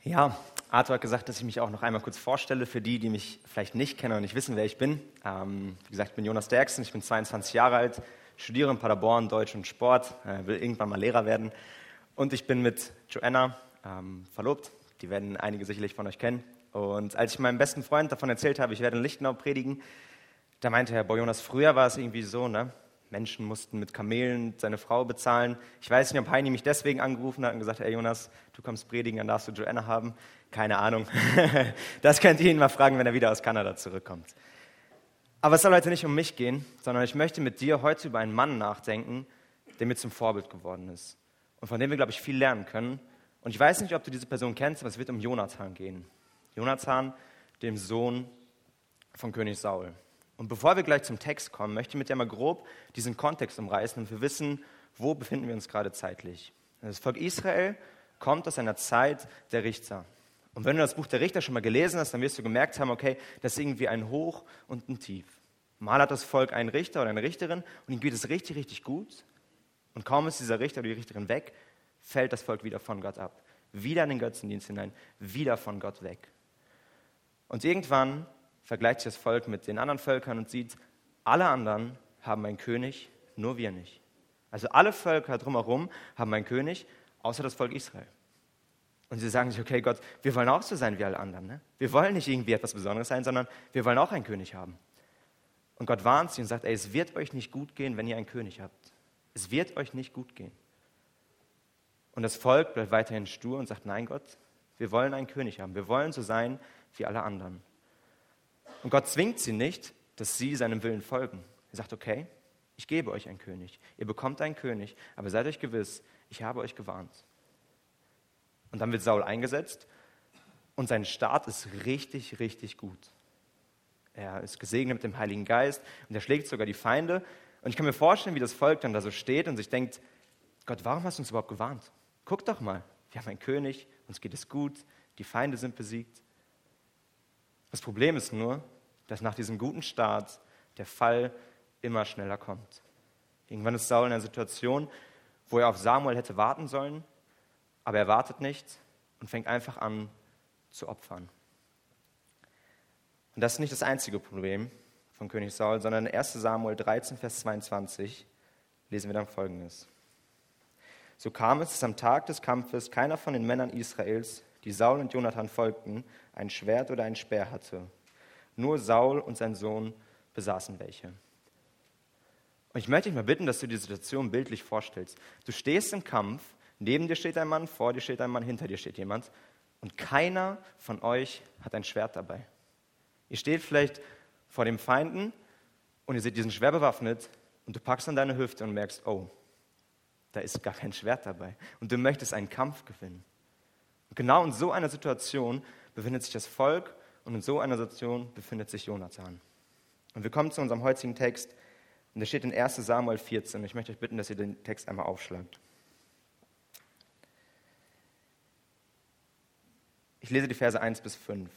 Ja, Arthur hat gesagt, dass ich mich auch noch einmal kurz vorstelle für die, die mich vielleicht nicht kennen und nicht wissen, wer ich bin. Wie gesagt, ich bin Jonas Derksen, ich bin 22 Jahre alt, studiere in Paderborn Deutsch und Sport, will irgendwann mal Lehrer werden. Und ich bin mit Joanna verlobt, die werden einige sicherlich von euch kennen. Und als ich meinem besten Freund davon erzählt habe, ich werde in Lichtenau predigen, da meinte er, boah Jonas, früher war es irgendwie so, ne? Menschen mussten mit Kamelen seine Frau bezahlen. Ich weiß nicht, ob Heini mich deswegen angerufen hat und gesagt, ey Jonas, du kommst predigen, dann darfst du Joanna haben. Keine Ahnung. Das könnt ihr ihn mal fragen, wenn er wieder aus Kanada zurückkommt. Aber es soll heute nicht um mich gehen, sondern ich möchte mit dir heute über einen Mann nachdenken, der mir zum Vorbild geworden ist. Und von dem wir, glaube ich, viel lernen können. Und ich weiß nicht, ob du diese Person kennst, aber es wird um Jonathan gehen. Jonathan, dem Sohn von König Saul. Und bevor wir gleich zum Text kommen, möchte ich mit dir mal grob diesen Kontext umreißen und wir wissen, wo befinden wir uns gerade zeitlich. Das Volk Israel kommt aus einer Zeit der Richter. Und wenn du das Buch der Richter schon mal gelesen hast, dann wirst du gemerkt haben, okay, das ist irgendwie ein Hoch und ein Tief. Mal hat das Volk einen Richter oder eine Richterin und ihm geht es richtig, richtig gut. Und kaum ist dieser Richter oder die Richterin weg, fällt das Volk wieder von Gott ab. Wieder in den Götzendienst hinein, wieder von Gott weg. Und irgendwann vergleicht sich das Volk mit den anderen Völkern und sieht, alle anderen haben einen König, nur wir nicht. Also alle Völker drumherum haben einen König, außer das Volk Israel. Und sie sagen sich, okay Gott, wir wollen auch so sein wie alle anderen. Ne? Wir wollen nicht irgendwie etwas Besonderes sein, sondern wir wollen auch einen König haben. Und Gott warnt sie und sagt, ey, es wird euch nicht gut gehen, wenn ihr einen König habt. Es wird euch nicht gut gehen. Und das Volk bleibt weiterhin stur und sagt, nein Gott, wir wollen einen König haben. Wir wollen so sein wie alle anderen. Und Gott zwingt sie nicht, dass sie seinem Willen folgen. Er sagt, okay, ich gebe euch einen König. Ihr bekommt einen König, aber seid euch gewiss, ich habe euch gewarnt. Und dann wird Saul eingesetzt und sein Start ist richtig, richtig gut. Er ist gesegnet mit dem Heiligen Geist und er schlägt sogar die Feinde. Und ich kann mir vorstellen, wie das Volk dann da so steht und sich denkt, Gott, warum hast du uns überhaupt gewarnt? Guck doch mal, wir haben einen König, uns geht es gut, die Feinde sind besiegt. Das Problem ist nur, dass nach diesem guten Start der Fall immer schneller kommt. Irgendwann ist Saul in einer Situation, wo er auf Samuel hätte warten sollen, aber er wartet nicht und fängt einfach an zu opfern. Und das ist nicht das einzige Problem von König Saul, sondern in 1. Samuel 13, Vers 22 lesen wir dann Folgendes. So kam es, dass am Tag des Kampfes keiner von den Männern Israels, die Saul und Jonathan folgten, ein Schwert oder ein Speer hatte. Nur Saul und sein Sohn besaßen welche. Und ich möchte dich mal bitten, dass du die Situation bildlich vorstellst. Du stehst im Kampf, neben dir steht ein Mann, vor dir steht ein Mann, hinter dir steht jemand und keiner von euch hat ein Schwert dabei. Ihr steht vielleicht vor dem Feinden und ihr seht diesen schwer bewaffnet und du packst an deine Hüfte und merkst, oh, da ist gar kein Schwert dabei und du möchtest einen Kampf gewinnen. Und genau in so einer Situation befindet sich das Volk und in so einer Situation befindet sich Jonathan. Und wir kommen zu unserem heutigen Text und der steht in 1. Samuel 14. Ich möchte euch bitten, dass ihr den Text einmal aufschlagt. Ich lese die Verse 1 bis 5.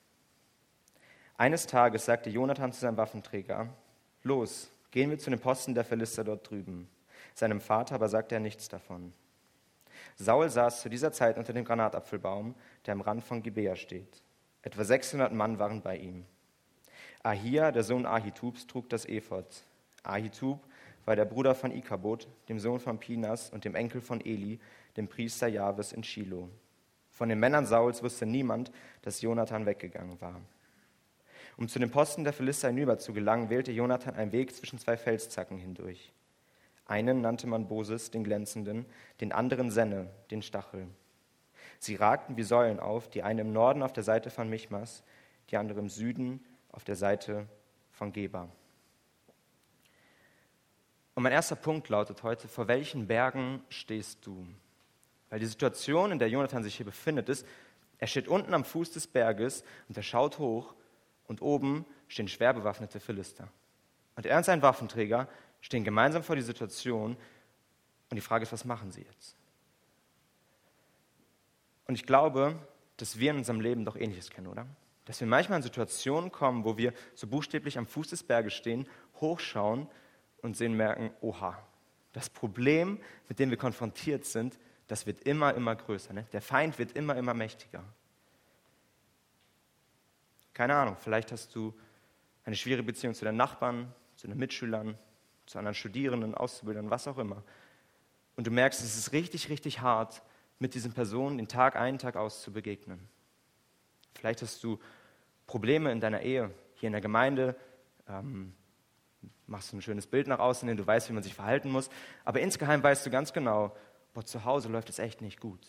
Eines Tages sagte Jonathan zu seinem Waffenträger, los, gehen wir zu den Posten der Philister dort drüben. Seinem Vater aber sagte er nichts davon. Saul saß zu dieser Zeit unter dem Granatapfelbaum, der am Rand von Gibea steht. Etwa 600 Mann waren bei ihm. Ahia, der Sohn Ahitubs, trug das Ephod. Ahitub war der Bruder von Ikabod, dem Sohn von Pinas und dem Enkel von Eli, dem Priester Jahwes in Schilo. Von den Männern Sauls wusste niemand, dass Jonathan weggegangen war. Um zu den Posten der Philister hinüber zu gelangen, wählte Jonathan einen Weg zwischen zwei Felszacken hindurch. Einen nannte man Bosis, den Glänzenden, den anderen Senne, den Stachel. Sie ragten wie Säulen auf, die eine im Norden auf der Seite von Michmas, die andere im Süden auf der Seite von Geba. Und mein erster Punkt lautet heute, vor welchen Bergen stehst du? Weil die Situation, in der Jonathan sich hier befindet, ist, er steht unten am Fuß des Berges und er schaut hoch und oben stehen schwer bewaffnete Philister. Und er und sein Waffenträger stehen gemeinsam vor die Situation und die Frage ist, was machen sie jetzt? Und ich glaube, dass wir in unserem Leben doch Ähnliches kennen, oder? Dass wir manchmal in Situationen kommen, wo wir so buchstäblich am Fuß des Berges stehen, hochschauen und sehen, merken, oha, das Problem, mit dem wir konfrontiert sind, das wird immer, immer größer. Ne? Der Feind wird immer, immer mächtiger. Keine Ahnung, vielleicht hast du eine schwierige Beziehung zu deinen Nachbarn, zu deinen Mitschülern, zu anderen Studierenden, Auszubildern, was auch immer. Und du merkst, es ist richtig, richtig hart, mit diesen Personen den Tag ein, Tag aus zu begegnen. Vielleicht hast du Probleme in deiner Ehe, hier in der Gemeinde, machst du ein schönes Bild nach außen hin, du weißt, wie man sich verhalten muss, aber insgeheim weißt du ganz genau, zu Hause läuft es echt nicht gut.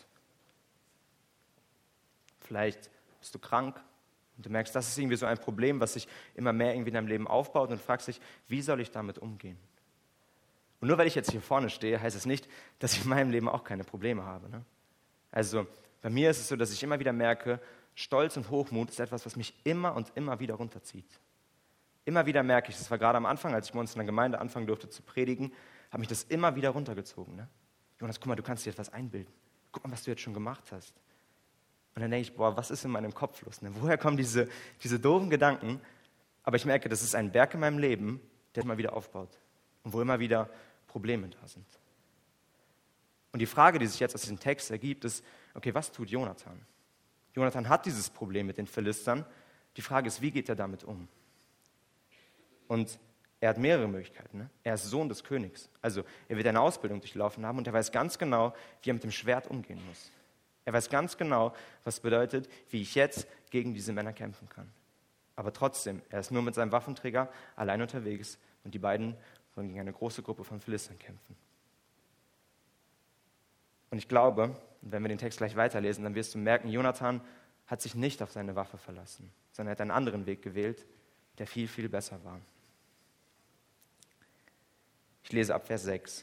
Vielleicht bist du krank und du merkst, das ist irgendwie so ein Problem, was sich immer mehr irgendwie in deinem Leben aufbaut und du fragst dich, wie soll ich damit umgehen? Und nur weil ich jetzt hier vorne stehe, heißt es nicht, dass ich in meinem Leben auch keine Probleme habe. Ne? Also bei mir ist es so, dass ich immer wieder merke, Stolz und Hochmut ist etwas, was mich immer und immer wieder runterzieht. Immer wieder merke ich, das war gerade am Anfang, als ich bei uns in der Gemeinde anfangen durfte zu predigen, hat mich das immer wieder runtergezogen. Ne? Jonas, guck mal, du kannst dir etwas einbilden. Guck mal, was du jetzt schon gemacht hast. Und dann denke ich, boah, was ist in meinem Kopf los? Ne? Woher kommen diese doofen Gedanken? Aber ich merke, das ist ein Berg in meinem Leben, der immer wieder aufbaut und wo immer wieder Probleme da sind. Und die Frage, die sich jetzt aus diesem Text ergibt, ist, okay, was tut Jonathan? Jonathan hat dieses Problem mit den Philistern. Die Frage ist, wie geht er damit um? Und er hat mehrere Möglichkeiten. Ne? Er ist Sohn des Königs. Also er wird eine Ausbildung durchlaufen haben und er weiß ganz genau, wie er mit dem Schwert umgehen muss. Er weiß ganz genau, was bedeutet, wie ich jetzt gegen diese Männer kämpfen kann. Aber trotzdem, er ist nur mit seinem Waffenträger allein unterwegs und die beiden wollen gegen eine große Gruppe von Philistern kämpfen. Und ich glaube, wenn wir den Text gleich weiterlesen, dann wirst du merken, Jonathan hat sich nicht auf seine Waffe verlassen, sondern er hat einen anderen Weg gewählt, der viel, viel besser war. Ich lese ab Vers 6.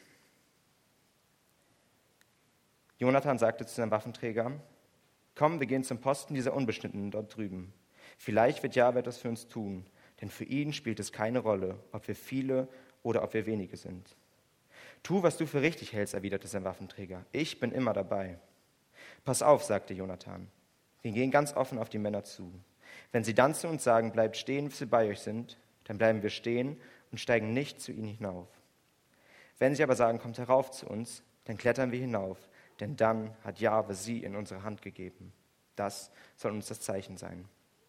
Jonathan sagte zu seinem Waffenträger, komm, wir gehen zum Posten dieser Unbeschnittenen dort drüben. Vielleicht wird Jahwe etwas für uns tun, denn für ihn spielt es keine Rolle, ob wir viele oder ob wir wenige sind. Tu, was du für richtig hältst, erwiderte sein Waffenträger. Ich bin immer dabei. Pass auf, sagte Jonathan. Wir gehen ganz offen auf die Männer zu. Wenn sie dann zu uns sagen, bleibt stehen, bis wir bei euch sind, dann bleiben wir stehen und steigen nicht zu ihnen hinauf. Wenn sie aber sagen, kommt herauf zu uns, dann klettern wir hinauf, denn dann hat Jahwe sie in unsere Hand gegeben. Das soll uns das Zeichen sein.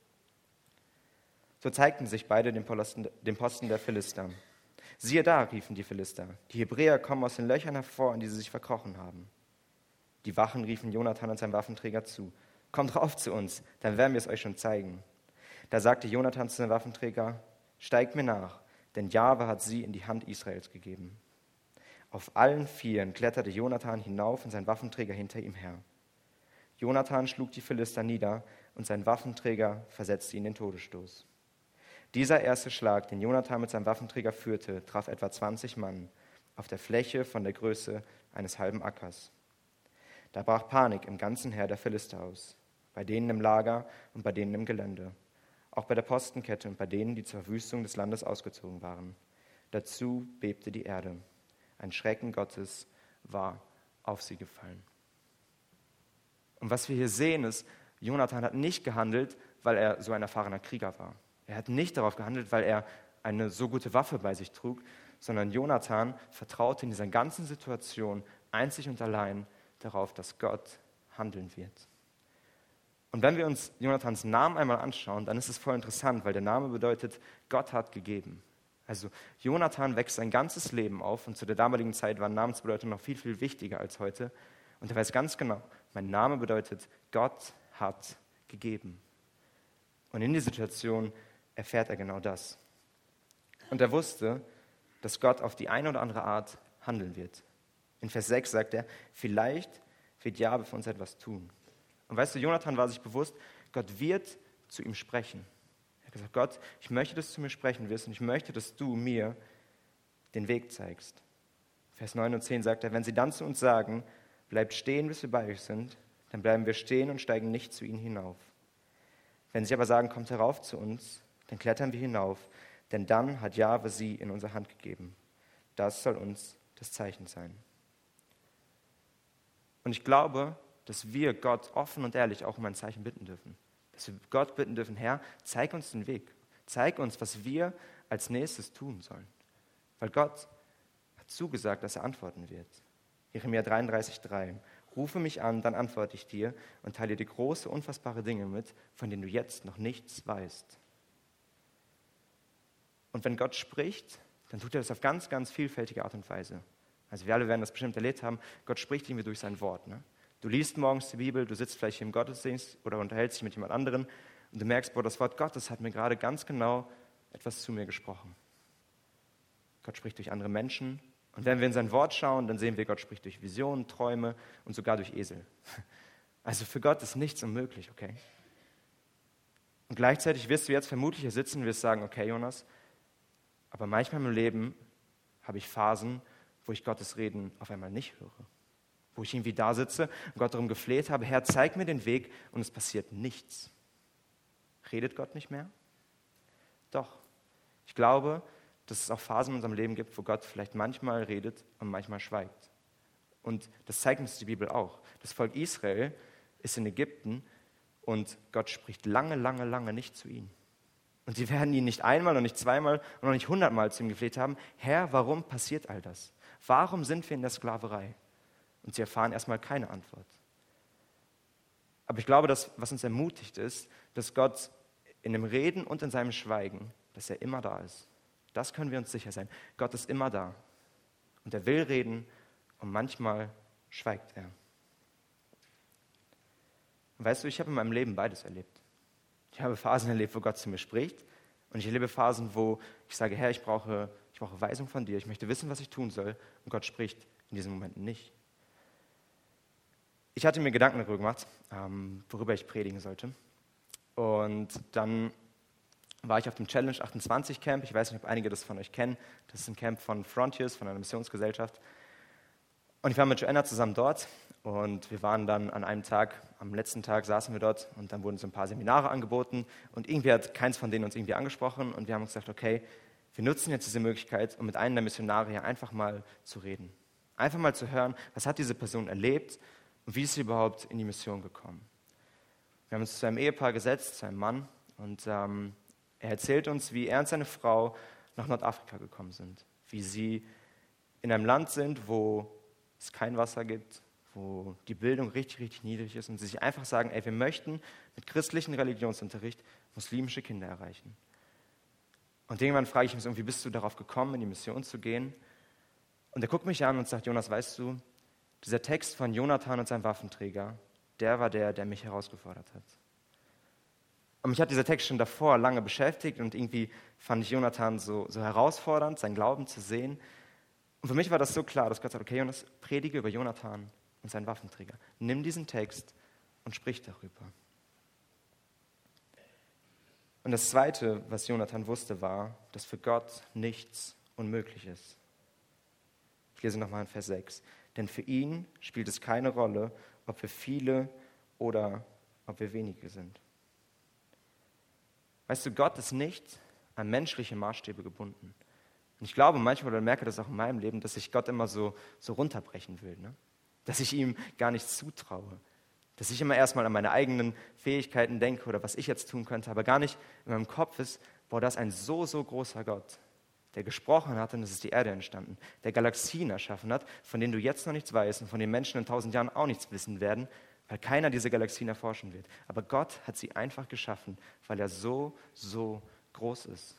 So zeigten sich beide dem Posten der Philister. Siehe da, riefen die Philister, die Hebräer kommen aus den Löchern hervor, in die sie sich verkrochen haben. Die Wachen riefen Jonathan und seinem Waffenträger zu. Kommt rauf zu uns, dann werden wir es euch schon zeigen. Da sagte Jonathan zu seinem Waffenträger, steigt mir nach, denn Jahwe hat sie in die Hand Israels gegeben. Auf allen Vieren kletterte Jonathan hinauf und sein Waffenträger hinter ihm her. Jonathan schlug die Philister nieder und sein Waffenträger versetzte ihn den Todesstoß. Dieser erste Schlag, den Jonathan mit seinem Waffenträger führte, traf etwa 20 Mann auf der Fläche von der Größe eines halben Ackers. Da brach Panik im ganzen Heer der Philister aus, bei denen im Lager und bei denen im Gelände, auch bei der Postenkette und bei denen, die zur Verwüstung des Landes ausgezogen waren. Dazu bebte die Erde. Ein Schrecken Gottes war auf sie gefallen. Und was wir hier sehen ist, Jonathan hat nicht gehandelt, weil er so ein erfahrener Krieger war. Er hat nicht darauf gehandelt, weil er eine so gute Waffe bei sich trug, sondern Jonathan vertraute in dieser ganzen Situation einzig und allein darauf, dass Gott handeln wird. Und wenn wir uns Jonathans Namen einmal anschauen, dann ist es voll interessant, weil der Name bedeutet, Gott hat gegeben. Also Jonathan wächst sein ganzes Leben auf und zu der damaligen Zeit war Namensbedeutung noch viel, viel wichtiger als heute. Und er weiß ganz genau, mein Name bedeutet, Gott hat gegeben. Und in dieser Situation erfährt er genau das. Und er wusste, dass Gott auf die eine oder andere Art handeln wird. In Vers 6 sagt er, vielleicht wird Jahwe für uns etwas tun. Und weißt du, Jonathan war sich bewusst, Gott wird zu ihm sprechen. Er hat gesagt, Gott, ich möchte, dass du zu mir sprechen wirst und ich möchte, dass du mir den Weg zeigst. Vers 9 und 10 sagt er, wenn sie dann zu uns sagen, bleibt stehen, bis wir bei euch sind, dann bleiben wir stehen und steigen nicht zu ihnen hinauf. Wenn sie aber sagen, kommt herauf zu uns, dann klettern wir hinauf, denn dann hat Jahwe sie in unsere Hand gegeben. Das soll uns das Zeichen sein. Und ich glaube, dass wir Gott offen und ehrlich auch um ein Zeichen bitten dürfen. Dass wir Gott bitten dürfen, Herr, zeig uns den Weg. Zeig uns, was wir als nächstes tun sollen. Weil Gott hat zugesagt, dass er antworten wird. Jeremia 33,3. Rufe mich an, dann antworte ich dir und teile dir große, unfassbare Dinge mit, von denen du jetzt noch nichts weißt. Und wenn Gott spricht, dann tut er das auf ganz, ganz vielfältige Art und Weise. Also wir alle werden das bestimmt erlebt haben, Gott spricht irgendwie durch sein Wort. Ne? Du liest morgens die Bibel, du sitzt vielleicht hier im Gottesdienst oder unterhältst dich mit jemand anderem und du merkst, boah, das Wort Gottes hat mir gerade ganz genau etwas zu mir gesprochen. Gott spricht durch andere Menschen. Und wenn wir in sein Wort schauen, dann sehen wir, Gott spricht durch Visionen, Träume und sogar durch Esel. Also für Gott ist nichts unmöglich, okay? Und gleichzeitig wirst du jetzt vermutlich hier sitzen und wirst sagen, okay, Jonas, aber manchmal im Leben habe ich Phasen, wo ich Gottes Reden auf einmal nicht höre. Wo ich irgendwie da sitze und Gott darum gefleht habe, Herr, zeig mir den Weg und es passiert nichts. Redet Gott nicht mehr? Doch. Ich glaube, dass es auch Phasen in unserem Leben gibt, wo Gott vielleicht manchmal redet und manchmal schweigt. Und das zeigt uns die Bibel auch. Das Volk Israel ist in Ägypten und Gott spricht lange, lange, lange nicht zu ihnen. Und sie werden ihn nicht einmal und nicht zweimal und noch nicht 100-mal zu ihm gefleht haben, Herr, warum passiert all das? Warum sind wir in der Sklaverei? Und sie erfahren erstmal keine Antwort. Aber ich glaube, dass, was uns ermutigt ist, dass Gott in dem Reden und in seinem Schweigen, dass er immer da ist. Das können wir uns sicher sein. Gott ist immer da. Und er will reden und manchmal schweigt er. Und weißt du, ich habe in meinem Leben beides erlebt. Ich habe Phasen erlebt, wo Gott zu mir spricht. Und ich erlebe Phasen, wo ich sage, Herr, ich brauche Weisung von dir. Ich möchte wissen, was ich tun soll. Und Gott spricht in diesen Momenten nicht. Ich hatte mir Gedanken darüber gemacht, worüber ich predigen sollte. Und dann war ich auf dem Challenge 28 Camp. Ich weiß nicht, ob einige das von euch kennen. Das ist ein Camp von Frontiers, von einer Missionsgesellschaft. Und ich war mit Joanna zusammen dort. Und wir waren dann an einem Tag, am letzten Tag saßen wir dort und dann wurden so ein paar Seminare angeboten. Und irgendwie hat keins von denen uns irgendwie angesprochen. Und wir haben uns gesagt, okay, wir nutzen jetzt diese Möglichkeit, um mit einem der Missionare hier einfach mal zu reden. Einfach mal zu hören, was hat diese Person erlebt und wie ist sie überhaupt in die Mission gekommen. Wir haben uns zu einem Ehepaar gesetzt, zu einem Mann. Und er erzählt uns, wie er und seine Frau nach Nordafrika gekommen sind. Wie sie in einem Land sind, wo es kein Wasser gibt, wo die Bildung richtig, richtig niedrig ist und sie sich einfach sagen, ey, wir möchten mit christlichem Religionsunterricht muslimische Kinder erreichen. Und irgendwann frage ich ihn so, wie bist du darauf gekommen, in die Mission zu gehen? Und er guckt mich an und sagt, Jonas, weißt du, dieser Text von Jonathan und seinem Waffenträger, der war der mich herausgefordert hat. Und mich hat dieser Text schon davor lange beschäftigt und irgendwie fand ich Jonathan so herausfordernd, seinen Glauben zu sehen. Und für mich war das so klar, dass Gott sagt, okay, Jonas, predige über Jonathan und seinen Waffenträger. Nimm diesen Text und sprich darüber. Und das Zweite, was Jonathan wusste, war, dass für Gott nichts unmöglich ist. Ich lese nochmal in Vers 6. Denn für ihn spielt es keine Rolle, ob wir viele oder ob wir wenige sind. Weißt du, Gott ist nicht an menschliche Maßstäbe gebunden. Und ich glaube manchmal, oder merke das auch in meinem Leben, dass ich Gott immer so runterbrechen will. Ne? Dass ich ihm gar nichts zutraue. Dass ich immer erstmal an meine eigenen Fähigkeiten denke oder was ich jetzt tun könnte, aber gar nicht in meinem Kopf ist, boah, das ist ein so großer Gott, der gesprochen hat und es ist die Erde entstanden, der Galaxien erschaffen hat, von denen du jetzt noch nichts weißt und von denen Menschen in 1000 Jahren auch nichts wissen werden, weil keiner diese Galaxien erforschen wird. Aber Gott hat sie einfach geschaffen, weil er so groß ist.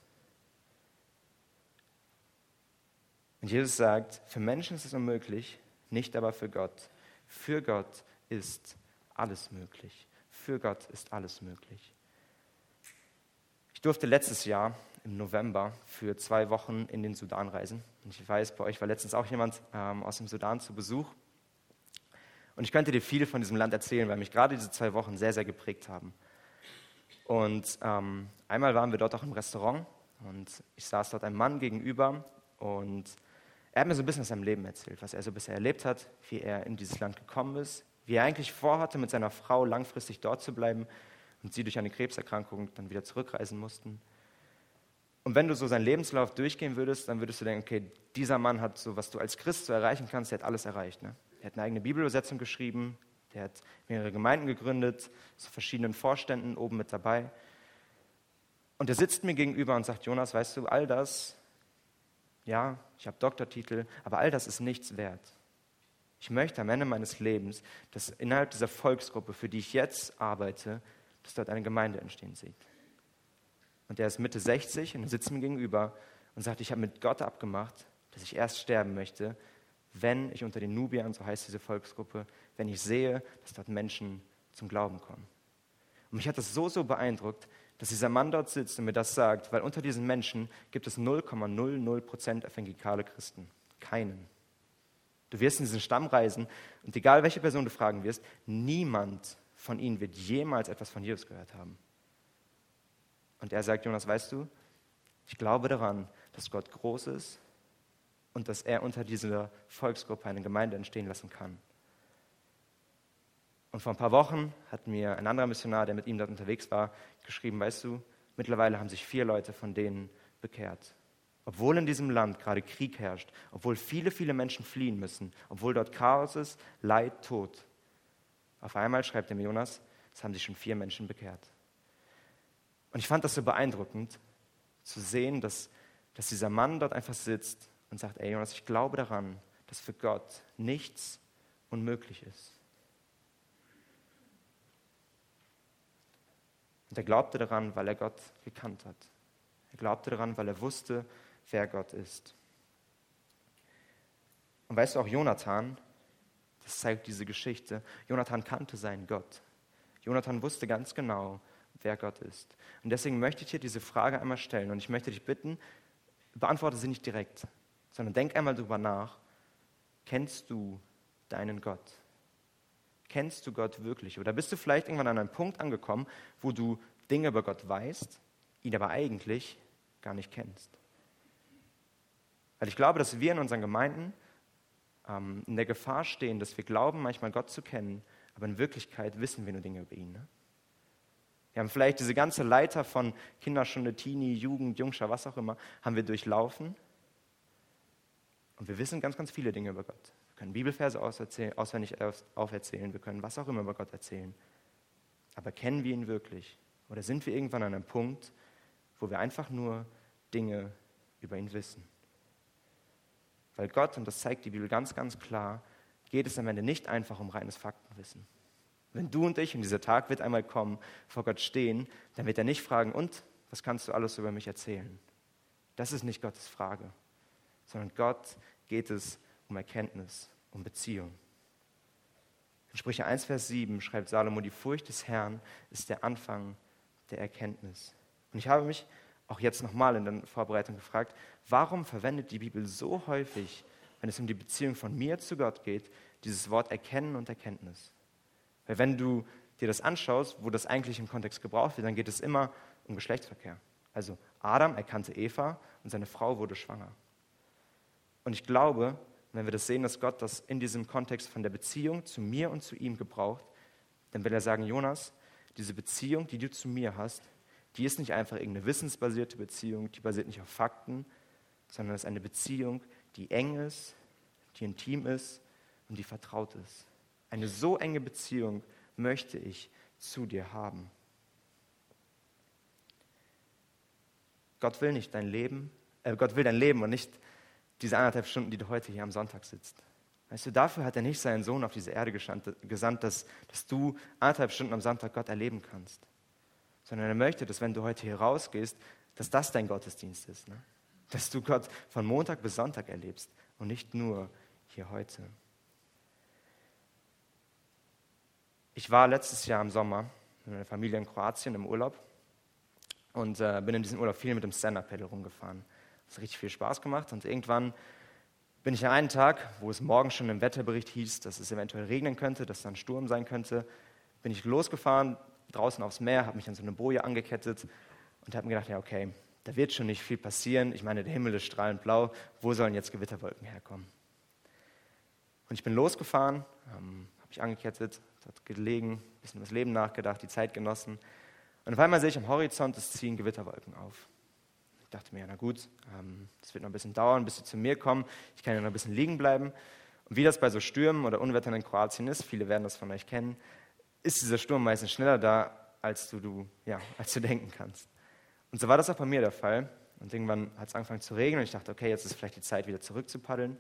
Und Jesus sagt, für Menschen ist es unmöglich, nicht aber für Gott. Für Gott ist alles möglich. Für Gott ist alles möglich. Ich durfte letztes Jahr im November für 2 Wochen in den Sudan reisen. Und ich weiß, bei euch war letztens auch jemand aus dem Sudan zu Besuch. Und ich könnte dir viel von diesem Land erzählen, weil mich gerade diese 2 Wochen sehr geprägt haben. Und einmal waren wir dort auch im Restaurant und ich saß dort einem Mann gegenüber und er hat mir so ein bisschen aus seinem Leben erzählt, was er so bisher erlebt hat, wie er in dieses Land gekommen ist, wie er eigentlich vorhatte, mit seiner Frau langfristig dort zu bleiben und sie durch eine Krebserkrankung dann wieder zurückreisen mussten. Und wenn du so seinen Lebenslauf durchgehen würdest, dann würdest du denken, okay, dieser Mann hat so, was du als Christ so erreichen kannst, der hat alles erreicht. Ne? Der hat eine eigene Bibelübersetzung geschrieben, der hat mehrere Gemeinden gegründet, zu verschiedenen Vorständen oben mit dabei. Und er sitzt mir gegenüber und sagt, Jonas, weißt du, all das, ja, ich habe Doktortitel, aber all das ist nichts wert. Ich möchte am Ende meines Lebens, dass innerhalb dieser Volksgruppe, für die ich jetzt arbeite, dass dort eine Gemeinde entstehen sieht. Und er ist Mitte 60 und sitzt mir gegenüber und sagt, ich habe mit Gott abgemacht, dass ich erst sterben möchte, wenn ich unter den Nubiern, so heißt diese Volksgruppe, wenn ich sehe, dass dort Menschen zum Glauben kommen. Und mich hat das so beeindruckt, dass dieser Mann dort sitzt und mir das sagt, weil unter diesen Menschen gibt es 0,00% evangelikale Christen. Keinen. Du wirst in diesen Stamm reisen und egal welche Person du fragen wirst, niemand von ihnen wird jemals etwas von Jesus gehört haben. Und er sagt, Jonas, weißt du, ich glaube daran, dass Gott groß ist und dass er unter dieser Volksgruppe eine Gemeinde entstehen lassen kann. Und vor ein paar Wochen hat mir ein anderer Missionar, der mit ihm dort unterwegs war, geschrieben, weißt du, mittlerweile haben sich 4 Leute von denen bekehrt. Obwohl in diesem Land gerade Krieg herrscht, obwohl viele, viele Menschen fliehen müssen, obwohl dort Chaos ist, Leid, Tod. Auf einmal, schreibt der Jonas, es haben sich schon 4 Menschen bekehrt. Und ich fand das so beeindruckend, zu sehen, dass dieser Mann dort einfach sitzt und sagt, ey Jonas, ich glaube daran, dass für Gott nichts unmöglich ist. Und er glaubte daran, weil er Gott gekannt hat. Er glaubte daran, weil er wusste, wer Gott ist. Und weißt du, auch Jonathan, das zeigt diese Geschichte, Jonathan kannte seinen Gott. Jonathan wusste ganz genau, wer Gott ist. Und deswegen möchte ich dir diese Frage einmal stellen und ich möchte dich bitten, beantworte sie nicht direkt, sondern denk einmal drüber nach. Kennst du deinen Gott? Kennst du Gott wirklich? Oder bist du vielleicht irgendwann an einem Punkt angekommen, wo du Dinge über Gott weißt, ihn aber eigentlich gar nicht kennst? Weil ich glaube, dass wir in unseren Gemeinden in der Gefahr stehen, dass wir glauben, manchmal Gott zu kennen, aber in Wirklichkeit wissen wir nur Dinge über ihn. Ne? Wir haben vielleicht diese ganze Leiter von Kinderstunde, Teenie, Jugend, Jungschar, was auch immer, haben wir durchlaufen. Und wir wissen ganz, ganz viele Dinge über Gott. Wir können Bibelverse auswendig auferzählen, wir können was auch immer über Gott erzählen. Aber kennen wir ihn wirklich? Oder sind wir irgendwann an einem Punkt, wo wir einfach nur Dinge über ihn wissen? Weil Gott, und das zeigt die Bibel ganz, ganz klar, geht es am Ende nicht einfach um reines Faktenwissen. Wenn du und ich, und dieser Tag wird einmal kommen, vor Gott stehen, dann wird er nicht fragen, und, was kannst du alles über mich erzählen? Das ist nicht Gottes Frage, sondern Gott geht es um Erkenntnis, um Beziehung. In Sprüche 1, Vers 7 schreibt Salomo, die Furcht des Herrn ist der Anfang der Erkenntnis. Und ich habe mich auch jetzt nochmal in der Vorbereitung gefragt, warum verwendet die Bibel so häufig, wenn es um die Beziehung von mir zu Gott geht, dieses Wort Erkennen und Erkenntnis? Weil wenn du dir das anschaust, wo das eigentlich im Kontext gebraucht wird, dann geht es immer um Geschlechtsverkehr. Also Adam erkannte Eva und seine Frau wurde schwanger. Und ich glaube, wenn wir das sehen, dass Gott das in diesem Kontext von der Beziehung zu mir und zu ihm gebraucht, dann will er sagen, Jonas, diese Beziehung, die du zu mir hast, die ist nicht einfach irgendeine wissensbasierte Beziehung, die basiert nicht auf Fakten, sondern es ist eine Beziehung, die eng ist, die intim ist und die vertraut ist. Eine so enge Beziehung möchte ich zu dir haben. Gott will dein Leben und nicht diese 1,5 Stunden, die du heute hier am Sonntag sitzt. Weißt du, dafür hat er nicht seinen Sohn auf diese Erde gesandt, dass du 1,5 Stunden am Sonntag Gott erleben kannst. Sondern er möchte, dass wenn du heute hier rausgehst, dass das dein Gottesdienst ist. Ne? Dass du Gott von Montag bis Sonntag erlebst und nicht nur hier heute. Ich war letztes Jahr im Sommer mit meiner Familie in Kroatien im Urlaub und bin in diesem Urlaub viel mit dem Stand-Up-Paddle rumgefahren. Das hat richtig viel Spaß gemacht und irgendwann bin ich an einem Tag, wo es morgen schon im Wetterbericht hieß, dass es eventuell regnen könnte, dass dann Sturm sein könnte, bin ich losgefahren, draußen aufs Meer, habe mich an so eine Boje angekettet und habe mir gedacht, ja okay, da wird schon nicht viel passieren. Ich meine, der Himmel ist strahlend blau, wo sollen jetzt Gewitterwolken herkommen? Und ich bin losgefahren, habe mich angekettet, dort gelegen, ein bisschen über das Leben nachgedacht, die Zeit genossen. Und auf einmal sehe ich am Horizont, es ziehen Gewitterwolken auf. Ich dachte mir, ja, na gut, das wird noch ein bisschen dauern, bis sie zu mir kommen. Ich kann ja noch ein bisschen liegen bleiben. Und wie das bei so Stürmen oder Unwettern in Kroatien ist, viele werden das von euch kennen, ist dieser Sturm meistens schneller da, als du denken kannst. Und so war das auch bei mir der Fall. Und irgendwann hat es angefangen zu regnen und ich dachte, okay, jetzt ist vielleicht die Zeit, wieder zurück zu paddeln.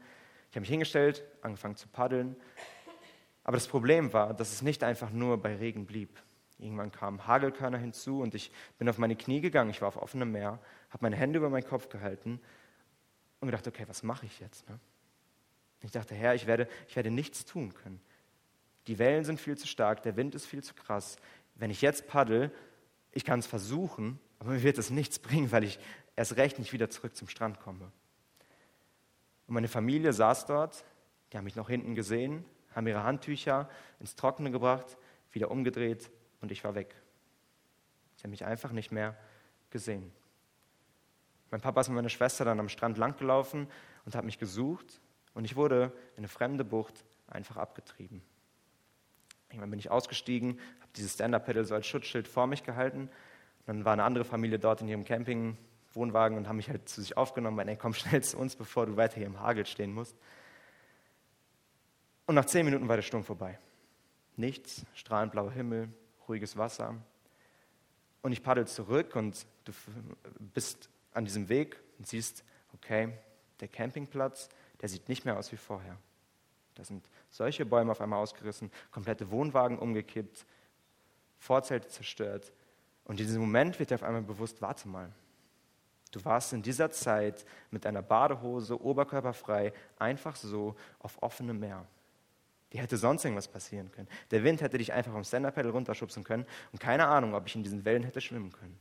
Ich habe mich hingestellt, angefangen zu paddeln. Aber das Problem war, dass es nicht einfach nur bei Regen blieb. Irgendwann kamen Hagelkörner hinzu und ich bin auf meine Knie gegangen. Ich war auf offenem Meer, habe meine Hände über meinen Kopf gehalten und gedacht, okay, was mache ich jetzt? Ne? Ich dachte, Herr, ich werde nichts tun können. Die Wellen sind viel zu stark, der Wind ist viel zu krass. Wenn ich jetzt paddel, ich kann es versuchen, aber mir wird es nichts bringen, weil ich erst recht nicht wieder zurück zum Strand komme. Und meine Familie saß dort, die haben mich noch hinten gesehen, haben ihre Handtücher ins Trockene gebracht, wieder umgedreht und ich war weg. Sie haben mich einfach nicht mehr gesehen. Mein Papa ist mit meiner Schwester dann am Strand langgelaufen und hat mich gesucht und ich wurde in eine fremde Bucht einfach abgetrieben. Irgendwann bin ich ausgestiegen, habe dieses Stand-Up-Paddle so als Schutzschild vor mich gehalten. Und dann war eine andere Familie dort in ihrem Campingwohnwagen und haben mich halt zu sich aufgenommen, meinen, ey, komm schnell zu uns, bevor du weiter hier im Hagel stehen musst. Und nach 10 Minuten war der Sturm vorbei. Nichts, strahlend blauer Himmel, ruhiges Wasser. Und ich paddel zurück und du bist an diesem Weg und siehst, okay, der Campingplatz, der sieht nicht mehr aus wie vorher. Da sind solche Bäume auf einmal ausgerissen, komplette Wohnwagen umgekippt, Vorzelte zerstört. Und in diesem Moment wird dir auf einmal bewusst, warte mal, du warst in dieser Zeit mit deiner Badehose, oberkörperfrei, einfach so auf offenem Meer. Dir hätte sonst irgendwas passieren können. Der Wind hätte dich einfach vom Stand-Up-Paddle runterschubsen können und keine Ahnung, ob ich in diesen Wellen hätte schwimmen können.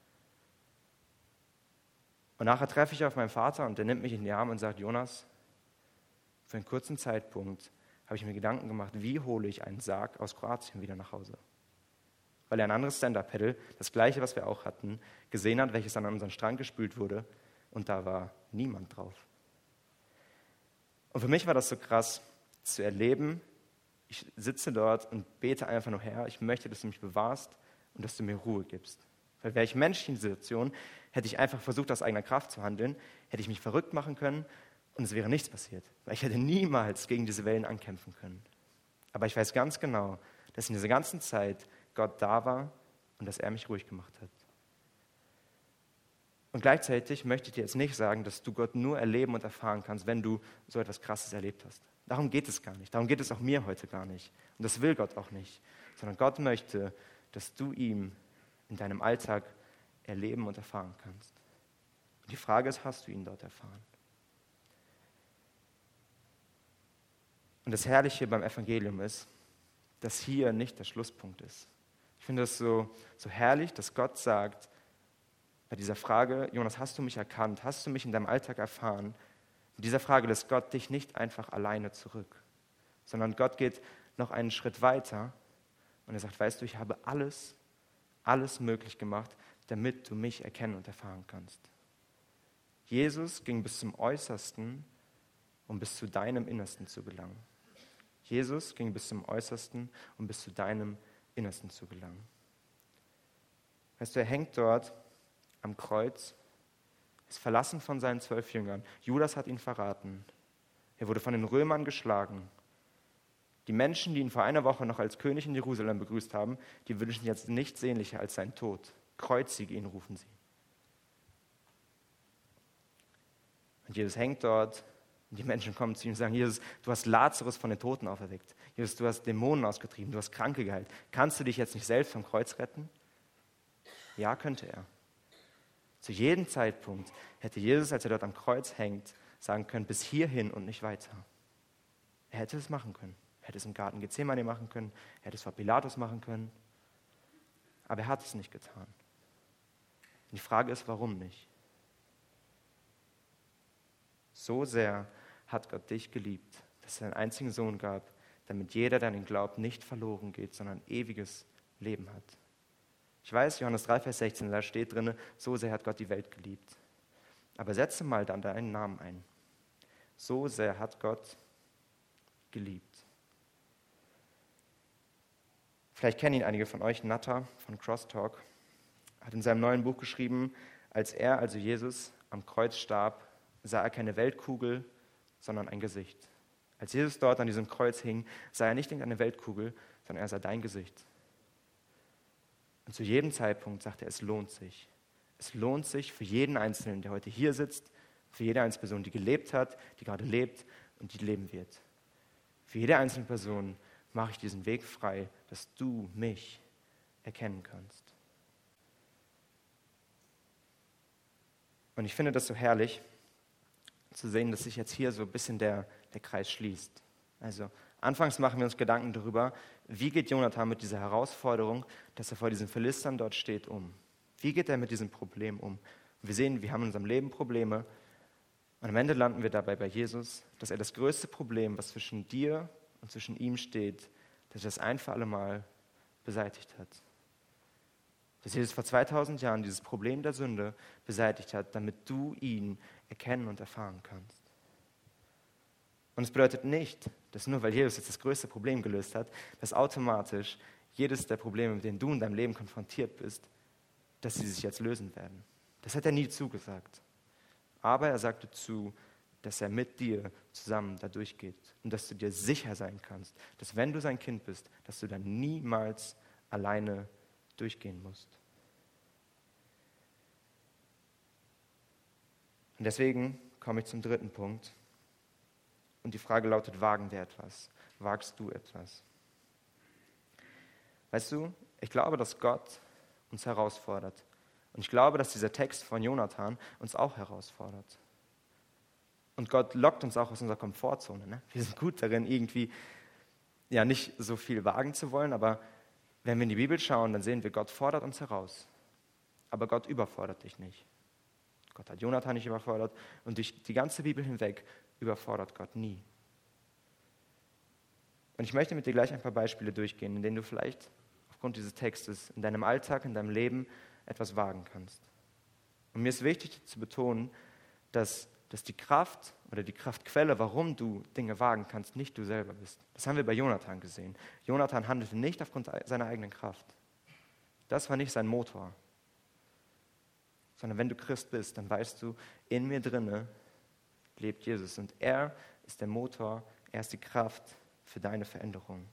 Und nachher treffe ich auf meinen Vater und der nimmt mich in die Arme und sagt, Jonas, für einen kurzen Zeitpunkt habe ich mir Gedanken gemacht, wie hole ich einen Sarg aus Kroatien wieder nach Hause. Weil er ein anderes Stand-Up-Paddle, das gleiche, was wir auch hatten, gesehen hat, welches dann an unseren Strand gespült wurde und da war niemand drauf. Und für mich war das so krass zu erleben, ich sitze dort und bete einfach nur, Herr, ich möchte, dass du mich bewahrst und dass du mir Ruhe gibst. Weil wäre ich menschlich in dieser Situation, hätte ich einfach versucht, aus eigener Kraft zu handeln, hätte ich mich verrückt machen können und es wäre nichts passiert. Weil ich hätte niemals gegen diese Wellen ankämpfen können. Aber ich weiß ganz genau, dass in dieser ganzen Zeit Gott da war und dass er mich ruhig gemacht hat. Und gleichzeitig möchte ich dir jetzt nicht sagen, dass du Gott nur erleben und erfahren kannst, wenn du so etwas Krasses erlebt hast. Darum geht es gar nicht. Darum geht es auch mir heute gar nicht. Und das will Gott auch nicht. Sondern Gott möchte, dass du ihm in deinem Alltag erleben und erfahren kannst. Und die Frage ist, hast du ihn dort erfahren? Und das Herrliche beim Evangelium ist, dass hier nicht der Schlusspunkt ist. Ich finde es so herrlich, dass Gott sagt, bei dieser Frage, Jonas, hast du mich erkannt? Hast du mich in deinem Alltag erfahren? Mit dieser Frage lässt Gott dich nicht einfach alleine zurück, sondern Gott geht noch einen Schritt weiter und er sagt, weißt du, ich habe alles möglich gemacht, damit du mich erkennen und erfahren kannst. Jesus ging bis zum Äußersten, um bis zu deinem Innersten zu gelangen. Jesus ging bis zum Äußersten, um bis zu deinem Innersten zu gelangen. Weißt du, er hängt dort am Kreuz, ist verlassen von seinen 12 Jüngern. Judas hat ihn verraten. Er wurde von den Römern geschlagen. Die Menschen, die ihn vor einer Woche noch als König in Jerusalem begrüßt haben, die wünschen jetzt nichts sehnlicher als seinen Tod. Kreuzige ihn, rufen sie. Und Jesus hängt dort und die Menschen kommen zu ihm und sagen, Jesus, du hast Lazarus von den Toten auferweckt. Jesus, du hast Dämonen ausgetrieben, du hast Kranke geheilt. Kannst du dich jetzt nicht selbst vom Kreuz retten? Ja, könnte er. Zu jedem Zeitpunkt hätte Jesus, als er dort am Kreuz hängt, sagen können, bis hierhin und nicht weiter. Er hätte es machen können. Er hätte es im Garten Gethsemane machen können. Er hätte es vor Pilatus machen können. Aber er hat es nicht getan. Und die Frage ist, warum nicht? So sehr hat Gott dich geliebt, dass es seinen einzigen Sohn gab, damit jeder, der an ihn glaubt, nicht verloren geht, sondern ewiges Leben hat. Ich weiß, Johannes 3, Vers 16, da steht drin, so sehr hat Gott die Welt geliebt. Aber setze mal dann deinen Namen ein. So sehr hat Gott geliebt. Vielleicht kennen ihn einige von euch, Natter von Crosstalk, hat in seinem neuen Buch geschrieben, als er, also Jesus, am Kreuz starb, sah er keine Weltkugel, sondern ein Gesicht. Als Jesus dort an diesem Kreuz hing, sah er nicht irgendeine Weltkugel, sondern er sah dein Gesicht. Und zu jedem Zeitpunkt sagt er, es lohnt sich. Es lohnt sich für jeden Einzelnen, der heute hier sitzt, für jede einzelne Person, die gelebt hat, die gerade lebt und die leben wird. Für jede einzelne Person mache ich diesen Weg frei, dass du mich erkennen kannst. Und ich finde das so herrlich, zu sehen, dass sich jetzt hier so ein bisschen der Kreis schließt. Also anfangs machen wir uns Gedanken darüber, wie geht Jonathan mit dieser Herausforderung, dass er vor diesen Philistern dort steht, um? Wie geht er mit diesem Problem um? Und wir sehen, wir haben in unserem Leben Probleme und am Ende landen wir dabei bei Jesus, dass er das größte Problem, was zwischen dir und zwischen ihm steht, dass er das ein für alle Mal beseitigt hat. Dass Jesus vor 2000 Jahren dieses Problem der Sünde beseitigt hat, damit du ihn erkennen und erfahren kannst. Und es bedeutet nicht, dass nur weil Jesus jetzt das größte Problem gelöst hat, dass automatisch jedes der Probleme, mit denen du in deinem Leben konfrontiert bist, dass sie sich jetzt lösen werden. Das hat er nie zugesagt. Aber er sagte zu, dass er mit dir zusammen da durchgeht und dass du dir sicher sein kannst, dass wenn du sein Kind bist, dass du dann niemals alleine durchgehen musst. Und deswegen komme ich zum dritten Punkt. Und die Frage lautet, wagen wir etwas? Wagst du etwas? Weißt du, ich glaube, dass Gott uns herausfordert. Und ich glaube, dass dieser Text von Jonathan uns auch herausfordert. Und Gott lockt uns auch aus unserer Komfortzone. Ne? Wir sind gut darin, irgendwie nicht so viel wagen zu wollen, aber wenn wir in die Bibel schauen, dann sehen wir, Gott fordert uns heraus. Aber Gott überfordert dich nicht. Gott hat Jonathan nicht überfordert und durch die ganze Bibel hinweg überfordert Gott nie. Und ich möchte mit dir gleich ein paar Beispiele durchgehen, in denen du vielleicht aufgrund dieses Textes in deinem Alltag, in deinem Leben etwas wagen kannst. Und mir ist wichtig zu betonen, dass die Kraft oder die Kraftquelle, warum du Dinge wagen kannst, nicht du selber bist. Das haben wir bei Jonathan gesehen. Jonathan handelte nicht aufgrund seiner eigenen Kraft. Das war nicht sein Motor. Sondern wenn du Christ bist, dann weißt du, in mir drinne lebt Jesus. Und er ist der Motor, er ist die Kraft für deine Veränderung.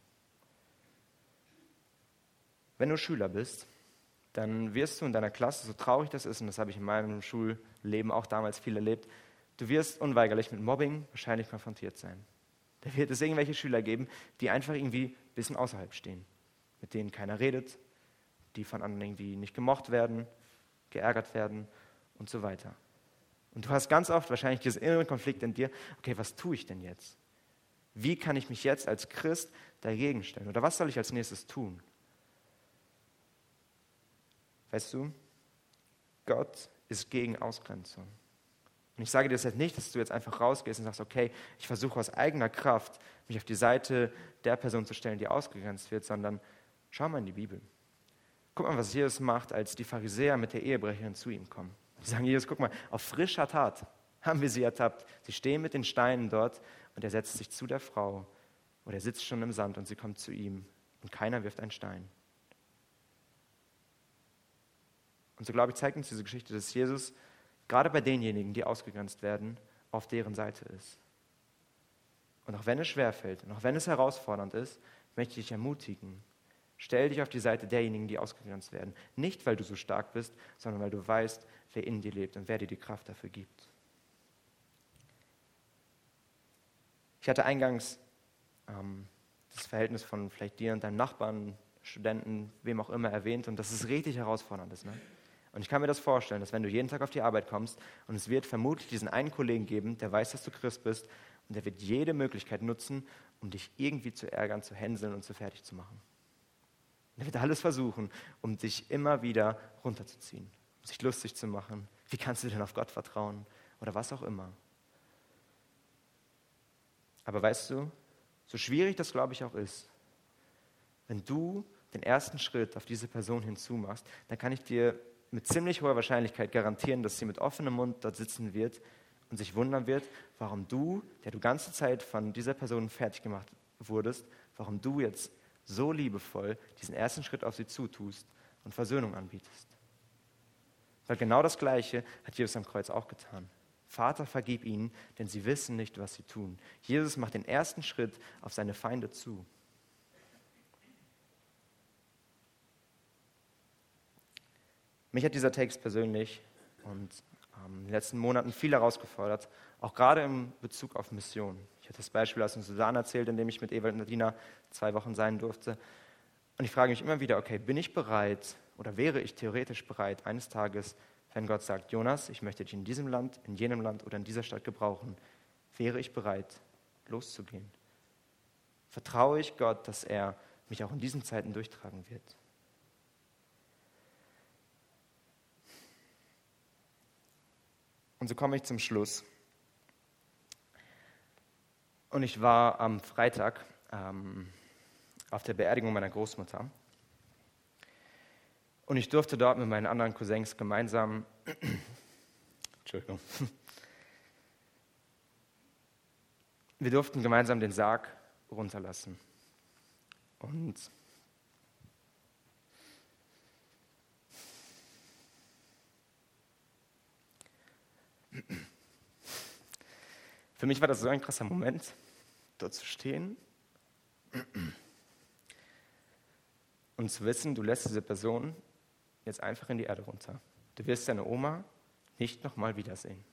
Wenn du Schüler bist, dann wirst du in deiner Klasse, so traurig das ist, und das habe ich in meinem Schulleben auch damals viel erlebt, du wirst unweigerlich mit Mobbing wahrscheinlich konfrontiert sein. Da wird es irgendwelche Schüler geben, die einfach irgendwie ein bisschen außerhalb stehen, mit denen keiner redet, die von anderen irgendwie nicht gemocht werden, geärgert werden und so weiter. Und du hast ganz oft wahrscheinlich diesen inneren Konflikt in dir, okay, was tue ich denn jetzt? Wie kann ich mich jetzt als Christ dagegen stellen? Oder was soll ich als nächstes tun? Weißt du, Gott ist gegen Ausgrenzung. Und ich sage dir das jetzt nicht, dass du jetzt einfach rausgehst und sagst, okay, ich versuche aus eigener Kraft, mich auf die Seite der Person zu stellen, die ausgegrenzt wird, sondern schau mal in die Bibel. Guck mal, was Jesus macht, als die Pharisäer mit der Ehebrecherin zu ihm kommen. Die sagen, Jesus, guck mal, auf frischer Tat haben wir sie ertappt. Sie stehen mit den Steinen dort und er setzt sich zu der Frau oder er sitzt schon im Sand und sie kommt zu ihm und keiner wirft einen Stein. Und so, glaube ich, zeigt uns diese Geschichte, dass Jesus gerade bei denjenigen, die ausgegrenzt werden, auf deren Seite ist. Und auch wenn es schwerfällt und auch wenn es herausfordernd ist, möchte ich dich ermutigen, stell dich auf die Seite derjenigen, die ausgegrenzt werden. Nicht, weil du so stark bist, sondern weil du weißt, wer in dir lebt und wer dir die Kraft dafür gibt. Ich hatte eingangs das Verhältnis von vielleicht dir und deinem Nachbarn, Studenten, wem auch immer erwähnt und dass es richtig herausfordernd ist. Ne? Und ich kann mir das vorstellen, dass wenn du jeden Tag auf die Arbeit kommst und es wird vermutlich diesen einen Kollegen geben, der weiß, dass du Christ bist und der wird jede Möglichkeit nutzen, um dich irgendwie zu ärgern, zu hänseln und zu fertig zu machen. Er wird alles versuchen, um dich immer wieder runterzuziehen, um sich lustig zu machen. Wie kannst du denn auf Gott vertrauen? Oder was auch immer. Aber weißt du, so schwierig das, glaube ich, auch ist, wenn du den ersten Schritt auf diese Person hinzumachst, dann kann ich dir mit ziemlich hoher Wahrscheinlichkeit garantieren, dass sie mit offenem Mund dort sitzen wird und sich wundern wird, warum du, der du ganze Zeit von dieser Person fertig gemacht wurdest, warum du jetzt so liebevoll diesen ersten Schritt auf sie zutust und Versöhnung anbietest. Weil genau das Gleiche hat Jesus am Kreuz auch getan. Vater, vergib ihnen, denn sie wissen nicht, was sie tun. Jesus macht den ersten Schritt auf seine Feinde zu. Mich hat dieser Text persönlich und in den letzten Monaten viel herausgefordert, auch gerade in Bezug auf Mission. Ich hatte das Beispiel aus dem Sudan erzählt, in dem ich mit Ewald und Nadina 2 Wochen sein durfte. Und ich frage mich immer wieder, okay, bin ich bereit oder wäre ich theoretisch bereit, eines Tages, wenn Gott sagt, Jonas, ich möchte dich in diesem Land, in jenem Land oder in dieser Stadt gebrauchen, wäre ich bereit, loszugehen? Vertraue ich Gott, dass er mich auch in diesen Zeiten durchtragen wird? Und so komme ich zum Schluss. Und ich war am Freitag auf der Beerdigung meiner Großmutter. Und ich durfte dort mit meinen anderen Cousins gemeinsam, Entschuldigung, wir durften gemeinsam den Sarg runterlassen. Und für mich war das so ein krasser Moment, dort zu stehen und zu wissen, du lässt diese Person jetzt einfach in die Erde runter. Du wirst deine Oma nicht nochmal wiedersehen.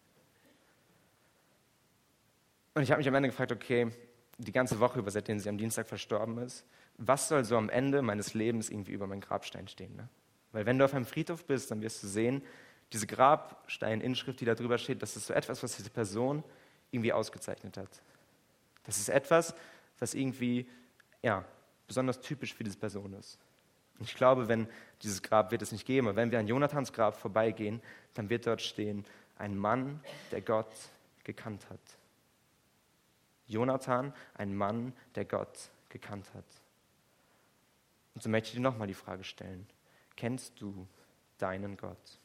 Und ich habe mich am Ende gefragt, okay, die ganze Woche über, seitdem sie am Dienstag verstorben ist, was soll so am Ende meines Lebens irgendwie über meinen Grabstein stehen? Ne? Weil wenn du auf einem Friedhof bist, dann wirst du sehen, diese Grabstein-Inschrift, die da drüber steht, das ist so etwas, was diese Person irgendwie ausgezeichnet hat. Das ist etwas, was irgendwie besonders typisch für diese Person ist. Und ich glaube, wenn dieses Grab wird es nicht geben, aber wenn wir an Jonathans Grab vorbeigehen, dann wird dort stehen, ein Mann, der Gott gekannt hat. Jonathan, ein Mann, der Gott gekannt hat. Und so möchte ich dir nochmal die Frage stellen, kennst du deinen Gott?